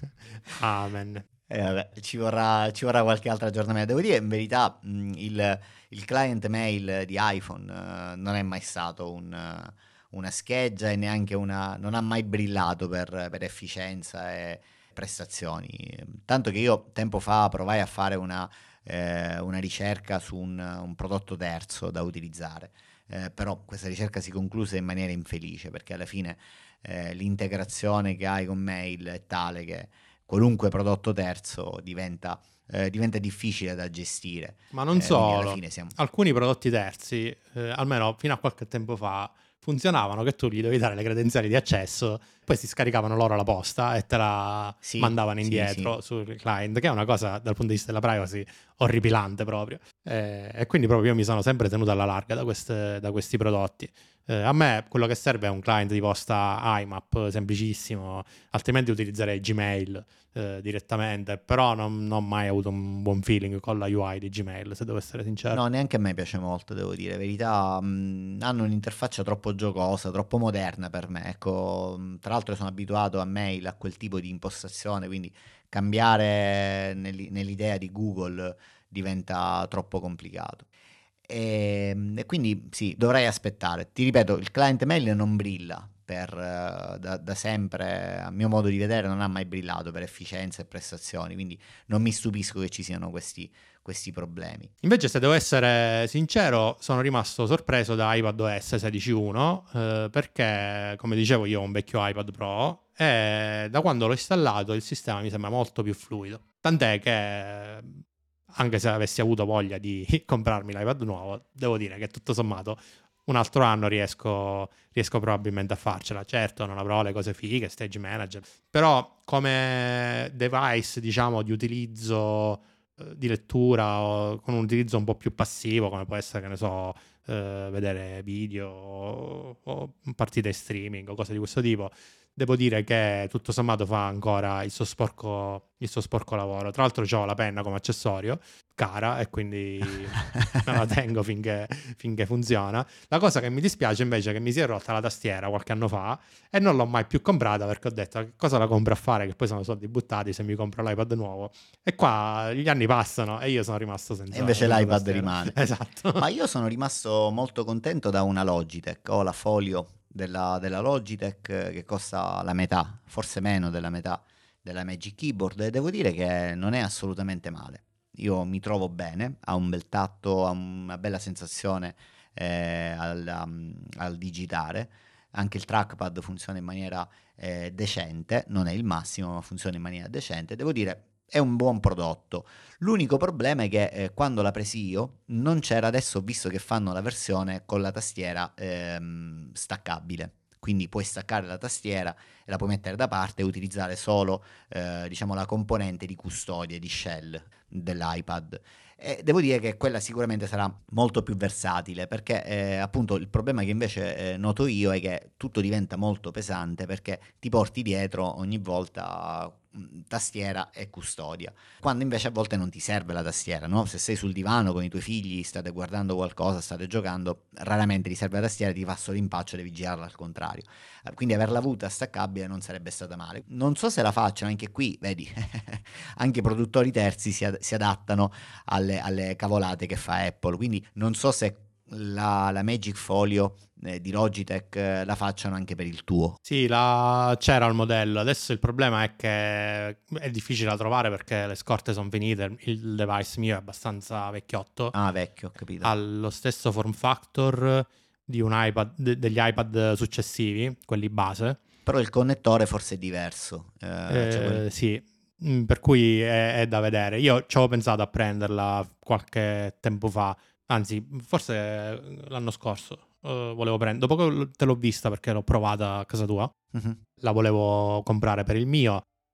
amen.
Vabbè, ci vorrà qualche altro aggiornamento. Devo dire, in verità, il client mail di iPhone non è mai stato una scheggia e neanche non ha mai brillato per efficienza e prestazioni. Tanto che io tempo fa provai a fare una ricerca su un prodotto terzo da utilizzare. Però questa ricerca si concluse in maniera infelice, perché alla fine l'integrazione che hai con mail è tale che qualunque prodotto terzo diventa difficile da gestire.
Ma non
Quindi alla
solo,
fine
alcuni prodotti terzi, almeno fino a qualche tempo fa, funzionavano che tu gli dovevi dare le credenziali di accesso, poi si scaricavano loro la posta e te la mandavano indietro sul client, che è una cosa dal punto di vista della privacy orripilante proprio. E quindi proprio io mi sono sempre tenuto alla larga da questi prodotti. A me quello che serve è un client di posta IMAP semplicissimo, altrimenti utilizzerei Gmail direttamente, però non ho mai avuto un buon feeling con la UI di Gmail, se devo essere sincero.
No, neanche a me piace molto, devo dire, verità, hanno un'interfaccia troppo giocosa, troppo moderna per me, ecco, tra l'altro sono abituato a mail, a quel tipo di impostazione, quindi cambiare nell'idea di Google diventa troppo complicato. E quindi sì, dovrei aspettare. Ti ripeto, il client mail non brilla da sempre, a mio modo di vedere, non ha mai brillato per efficienza e prestazioni, quindi non mi stupisco che ci siano questi problemi.
Invece, se devo essere sincero, sono rimasto sorpreso da iPadOS 16.1 perché, come dicevo, io ho un vecchio iPad Pro e da quando l'ho installato il sistema mi sembra molto più fluido. Tant'è che, anche se avessi avuto voglia di comprarmi l'iPad nuovo, devo dire che tutto sommato un altro anno riesco probabilmente a farcela. Certo, non avrò le cose fighe, Stage Manager, però come device, diciamo, di utilizzo di lettura o con un utilizzo un po' più passivo, come può essere, che ne so, vedere video o partite streaming o cose di questo tipo, devo dire che tutto sommato fa ancora il suo sporco lavoro. Tra l'altro c'ho la penna come accessorio, cara, e quindi me la tengo finché funziona. La cosa che mi dispiace invece è che mi si è rotta la tastiera qualche anno fa e non l'ho mai più comprata, perché ho detto che cosa la compro a fare, che poi sono soldi buttati se mi compro l'iPad nuovo. E qua gli anni passano e io sono rimasto senza.
E invece l'iPad
tastiera.
rimane.
Esatto.
Ma io sono rimasto molto contento da una Logitech. Ho la Folio della Logitech che costa la metà, forse meno della metà della Magic Keyboard, e devo dire che non è assolutamente male. Io mi trovo bene, ha un bel tatto, ha una bella sensazione al digitare. Anche il trackpad funziona in maniera decente, non è il massimo, ma funziona in maniera decente. Devo dire, è un buon prodotto. L'unico problema è che quando l'ho presi io non c'era, adesso ho visto che fanno la versione con la tastiera staccabile. Quindi puoi staccare la tastiera e la puoi mettere da parte e utilizzare solo diciamo, la componente di custodia, di shell dell'iPad. E devo dire che quella sicuramente sarà molto più versatile, perché appunto il problema che invece noto io è che tutto diventa molto pesante, perché ti porti dietro ogni volta tastiera e custodia, quando invece a volte non ti serve la tastiera, no? Se sei sul divano con i tuoi figli, state guardando qualcosa, state giocando, raramente ti serve la tastiera, ti fa solo impaccio, devi girarla al contrario. Quindi averla avuta staccabile non sarebbe stata male. Non so se la facciano, anche qui, vedi, anche i produttori terzi si adattano alle cavolate che fa Apple, quindi non so se la Magic Folio di Logitech la facciano anche per il tuo.
Sì, c'era il modello, adesso il problema è che è difficile da trovare perché le scorte sono finite, il device mio è abbastanza vecchiotto.
Ah, vecchio, ho capito.
Ha lo stesso form factor di un iPad, degli iPad successivi, quelli base.
Però il connettore forse è diverso.
Sì, per cui è da vedere. Io ci avevo pensato a prenderla qualche tempo fa, anzi forse l'anno scorso volevo prendere, dopo che te l'ho vista perché l'ho provata a casa tua, la volevo comprare per il mio.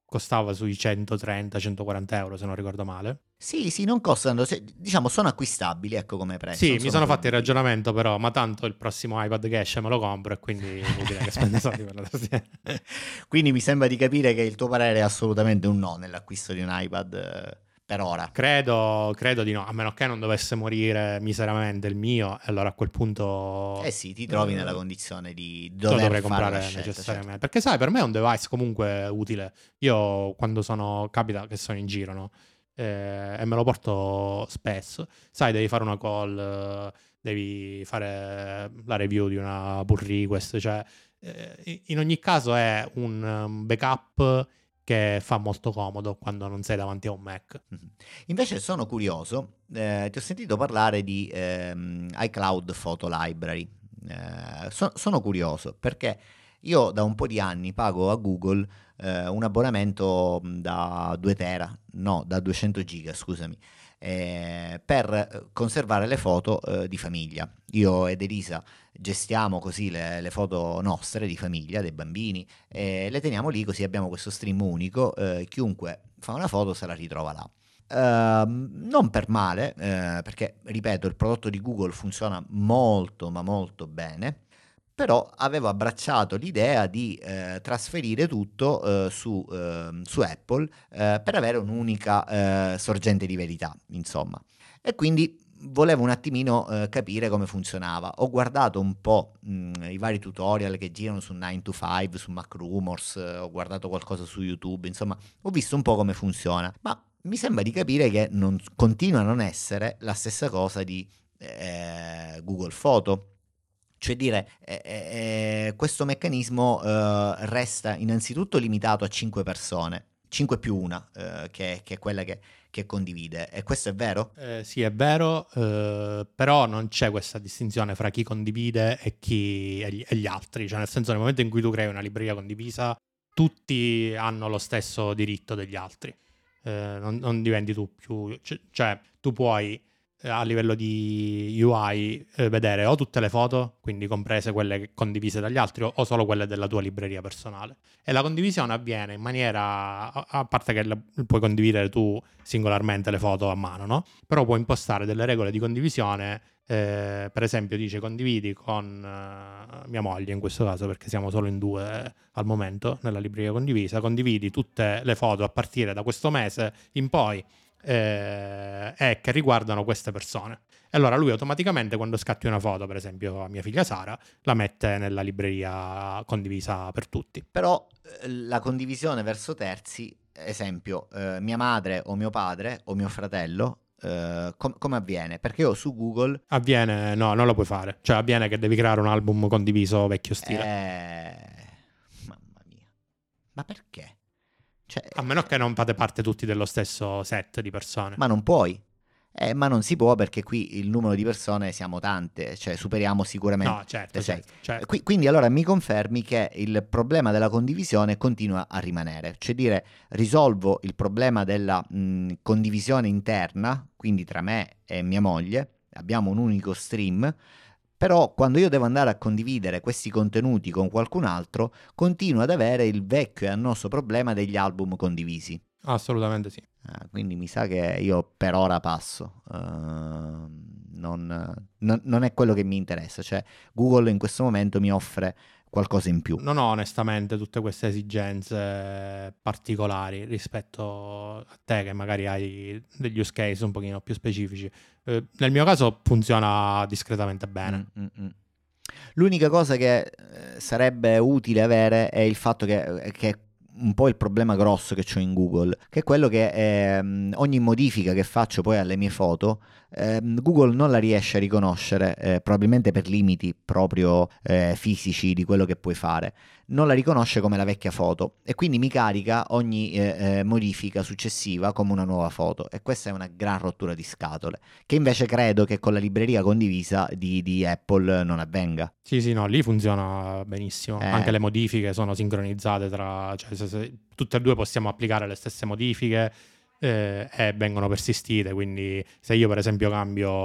costava sui 130-140 euro, se non ricordo male.
Sì, non costano, diciamo sono acquistabili, ecco, come prezzo.
Sì,
non
mi sono fatto il
proibitivi.
ragionamento però, ma tanto il prossimo iPad che esce me lo compro e quindi inutile che spendo soldi per la tastiera.
Quindi mi sembra di capire che il tuo parere è assolutamente un no nell'acquisto di un iPad per ora.
Credo di no, a meno che non dovesse morire miseramente il mio, e allora a quel
Eh
punto
sì, ti trovi nella condizione di
lo
dover
dovrei
fare la
comprare
scelta, certo.
necessariamente. Perché sai, per me è un device comunque utile. Io quando capita che sono in giro, no? E me lo porto spesso. Sai, devi fare una call, devi fare la review di una pull request, cioè in ogni caso è un backup che fa molto comodo quando non sei davanti a un Mac.
Invece sono curioso, ti ho sentito parlare di iCloud Photo Library. Sono curioso perché io da un po' di anni pago a Google un abbonamento da 2 tera, no, da 200 giga, scusami, per conservare le foto di famiglia. Io ed Elisa gestiamo così le foto nostre di famiglia, dei bambini, e le teniamo lì così abbiamo questo stream unico, chiunque fa una foto se la ritrova là. Non per male, perché ripeto, il prodotto di Google funziona molto ma molto bene, però avevo abbracciato l'idea di trasferire tutto su Apple per avere un'unica sorgente di verità, insomma. E quindi volevo un attimino capire come funzionava. Ho guardato un po' i vari tutorial che girano su 9 to 5, su MacRumors, ho guardato qualcosa su YouTube, insomma, ho visto un po' come funziona, ma mi sembra di capire che continua a non essere la stessa cosa di Google Photo. Cioè dire, questo meccanismo resta innanzitutto limitato a 5 persone, 5 più una, che è quella che condivide. E questo è vero?
Sì, è vero, però non c'è questa distinzione fra chi condivide e gli altri. Cioè, nel senso, nel momento in cui tu crei una libreria condivisa, tutti hanno lo stesso diritto degli altri. Non diventi tu più... Cioè, tu puoi a livello di UI vedere o tutte le foto, quindi comprese quelle condivise dagli altri, o solo quelle della tua libreria personale. E la condivisione avviene in maniera, a parte che puoi condividere tu singolarmente le foto a mano, no? Però puoi impostare delle regole di condivisione. Per esempio dice condividi con mia moglie in questo caso, perché siamo solo in 2 al momento nella libreria condivisa, condividi tutte le foto a partire da questo mese in poi e che riguardano queste persone. E allora lui automaticamente, quando scatti una foto, per esempio a mia figlia Sara, la mette nella libreria condivisa per tutti.
Però la condivisione verso terzi, esempio, mia madre o mio padre o mio fratello, come avviene? Perché io su Google...
Avviene, no, non lo puoi fare. Cioè avviene che devi creare un album condiviso vecchio stile.
Mamma mia. Ma perché? Cioè,
A meno che non fate parte tutti dello stesso set di persone.
ma non puoi. Ma non si può perché qui il numero di persone siamo tante, cioè superiamo sicuramente
No, certo,
le 6.
certo.
Quindi allora mi confermi che il problema della condivisione continua a rimanere, cioè dire risolvo il problema della condivisione interna, quindi tra me e mia moglie, abbiamo un unico stream, però quando io devo andare a condividere questi contenuti con qualcun altro, continuo ad avere il vecchio e annoso problema degli album condivisi.
Assolutamente sì.
Quindi mi sa che io per ora passo. Non è quello che mi interessa. Cioè, Google in questo momento mi offre qualcosa in più.
Non ho onestamente tutte queste esigenze particolari rispetto a te, che magari hai degli use case un pochino più specifici. Nel mio caso funziona discretamente bene.
L'unica cosa che sarebbe utile avere è il fatto che un po' il problema grosso che ho in Google, che è quello che ogni modifica che faccio poi alle mie foto, Google non la riesce a riconoscere, probabilmente per limiti proprio fisici di quello che puoi fare, non la riconosce come la vecchia foto e quindi mi carica ogni modifica successiva come una nuova foto, e questa è una gran rottura di scatole, che invece credo che con la libreria condivisa di Apple non avvenga.
Sì, no, lì funziona benissimo. Anche le modifiche sono sincronizzate cioè se tutte e due possiamo applicare le stesse modifiche e vengono persistite. Quindi se io per esempio cambio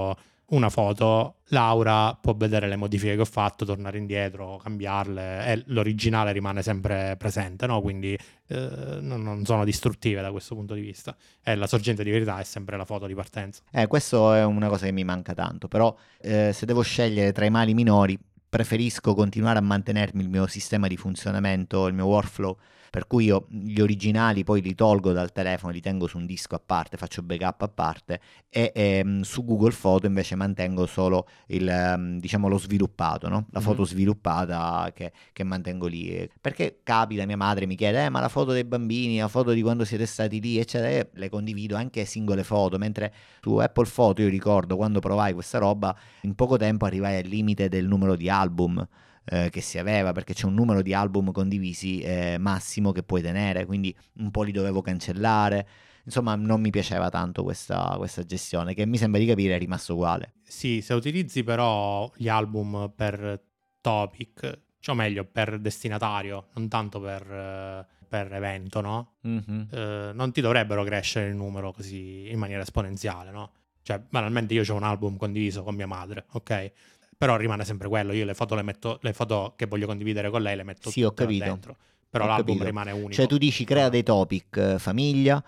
una foto, Laura può vedere le modifiche che ho fatto, tornare indietro, cambiarle e l'originale rimane sempre presente, no? Quindi non sono distruttive da questo punto di vista. E la sorgente di verità è sempre la foto di partenza.
Questo è una cosa che mi manca tanto, però se devo scegliere tra i mali minori, preferisco continuare a mantenermi il mio sistema di funzionamento, il mio workflow, per cui io gli originali poi li tolgo dal telefono, li tengo su un disco a parte, faccio backup a parte e su Google Foto invece mantengo solo diciamo lo sviluppato, no? La foto sviluppata che mantengo lì. Perché capita, mia madre mi chiede, ma la foto dei bambini, la foto di quando siete stati lì, eccetera, e le condivido anche singole foto, mentre su Apple Photo io ricordo quando provai questa roba, in poco tempo arrivai al limite del numero di album che si aveva, perché c'è un numero di album condivisi massimo che puoi tenere, quindi un po' li dovevo cancellare. Insomma, non mi piaceva tanto questa gestione, che mi sembra di capire è rimasto uguale.
Sì, se utilizzi però gli album per topic, cioè meglio per destinatario, non tanto per evento, no? Non ti dovrebbero crescere il numero così in maniera esponenziale, no? Cioè, banalmente io ho un album condiviso con mia madre, ok? Però rimane sempre quello, io le foto che voglio condividere con lei le metto
Sì, ho
tutte là
capito.
dentro, però
Ho
l'album
capito.
rimane unico.
Cioè tu dici crea dei topic, famiglia,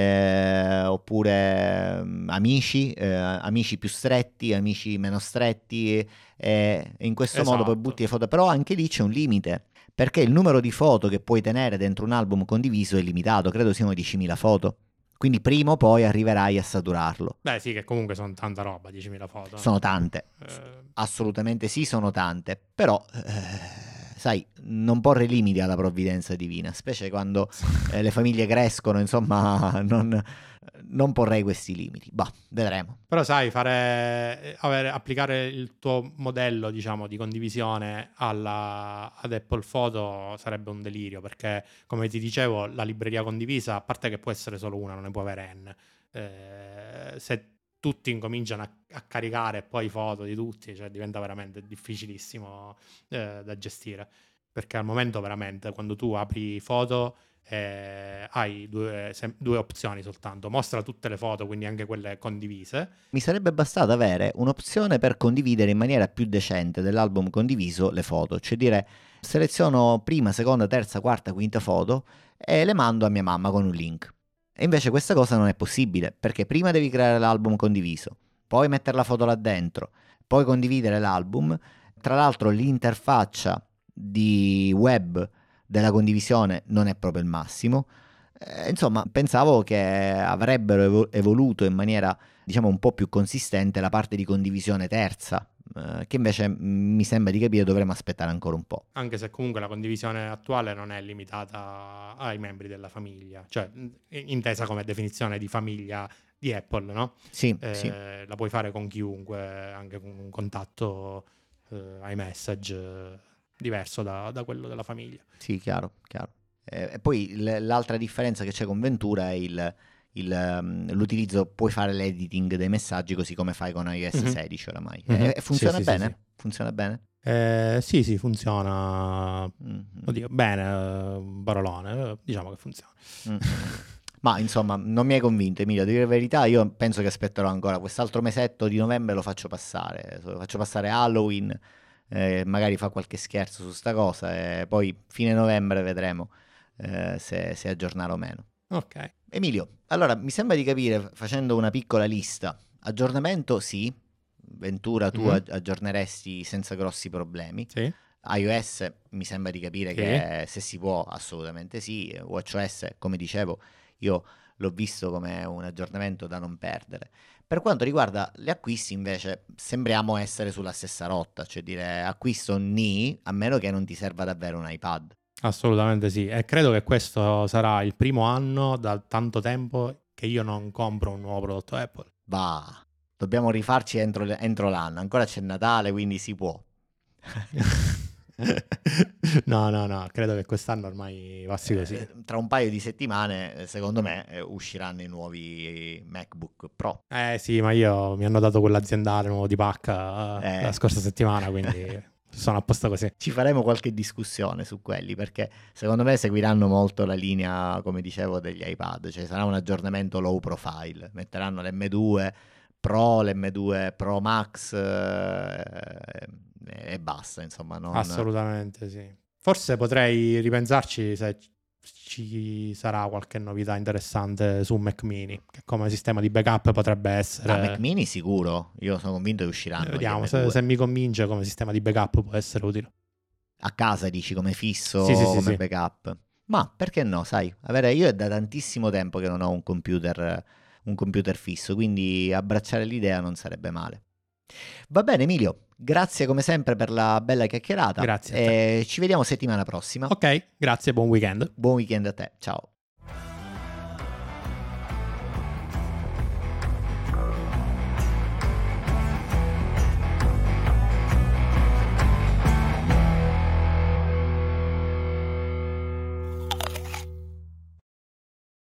oppure amici, amici più stretti, amici meno stretti, e in questo modo poi
Esatto.
butti le foto, però anche lì c'è un limite, perché il numero di foto che puoi tenere dentro un album condiviso è limitato, credo siano 10.000 foto, quindi prima o poi arriverai a saturarlo.
Beh sì, che comunque sono tanta roba, 10.000 foto.
Sono tante,
Eh,
assolutamente sì, sono tante, però sai, non porre limiti alla provvidenza divina, specie quando le famiglie crescono, insomma, non porrei questi limiti. Bah, vedremo.
Però sai, applicare il tuo modello, diciamo, di condivisione ad Apple Photo sarebbe un delirio, perché, come ti dicevo, la libreria condivisa, a parte che può essere solo una, non ne può avere N. Se tutti incominciano a caricare poi foto di tutti, cioè diventa veramente difficilissimo da gestire. Perché al momento veramente, quando tu apri foto hai due opzioni soltanto: mostra tutte le foto, quindi anche quelle condivise.
Mi sarebbe bastato avere un'opzione per condividere in maniera più decente dell'album condiviso le foto, cioè dire seleziono prima, seconda, terza, quarta, quinta foto e le mando a mia mamma con un link. E invece questa cosa non è possibile, perché prima devi creare l'album condiviso, poi mettere la foto là dentro, poi condividere l'album. Tra l'altro l'interfaccia di web della condivisione non è proprio il massimo. Insomma, pensavo che avrebbero evoluto in maniera, diciamo, un po' più consistente la parte di condivisione terza, che invece mi sembra di capire dovremmo aspettare ancora un po'.
Anche se comunque la condivisione attuale non è limitata ai membri della famiglia, cioè intesa come definizione di famiglia di Apple, no?
Sì, sì.
La puoi fare con chiunque, anche con un contatto iMessage diverso da quello della famiglia.
Sì, chiaro, chiaro. E poi l'altra differenza che c'è con Ventura è l'utilizzo, puoi fare l'editing dei messaggi così come fai con iOS 16 oramai. E funziona
Sì,
bene?
sì.
Funziona bene?
Sì, funziona. Oddio, bene, un parolone, diciamo che funziona.
Ma insomma, non mi hai convinto, Emilio, a dire la verità. Io penso che aspetterò ancora quest'altro mesetto di novembre, lo faccio passare Halloween, magari fa qualche scherzo su sta cosa e poi fine novembre vedremo se aggiornare o meno.
Ok.
Emilio, allora mi sembra di capire, facendo una piccola lista, aggiornamento sì, Ventura tu aggiorneresti senza grossi problemi.
Sì.
iOS mi sembra di capire
Sì.
che se si può assolutamente sì. WatchOS, come dicevo, io l'ho visto come un aggiornamento da non perdere. Per quanto riguarda gli acquisti invece sembriamo essere sulla stessa rotta, cioè dire acquisto ni, a meno che non ti serva davvero un iPad.
Assolutamente sì, e credo che questo sarà il primo anno da tanto tempo che io non compro un nuovo prodotto Apple.
Bah, dobbiamo rifarci entro l'anno, ancora c'è Natale, quindi si può.
No, credo che quest'anno ormai passi così.
Tra un paio di settimane, secondo me, usciranno i nuovi MacBook Pro.
Sì, ma mi hanno dato quell'aziendale nuovo di pacca la scorsa settimana, quindi sono a posto così.
Ci faremo qualche discussione su quelli, perché secondo me seguiranno molto la linea, come dicevo, degli iPad, cioè sarà un aggiornamento low profile, metteranno l'M2 Pro, l'M2 Pro Max e basta, insomma.
Assolutamente sì. Forse potrei ripensarci se ci sarà qualche novità interessante su Mac Mini, che come sistema di backup potrebbe essere...
Mac Mini sicuro, io sono convinto che usciranno.
Vediamo,
M2.
se mi convince come sistema di backup può essere utile.
A casa dici come fisso,
Sì,
come
sì.
backup. Ma perché no, sai? Io è da tantissimo tempo che non ho un computer fisso, quindi abbracciare l'idea non sarebbe male. Va bene Emilio, grazie come sempre per la bella chiacchierata.
Grazie a te.
Ci vediamo settimana prossima.
Ok, grazie, buon weekend.
Buon weekend a te, ciao.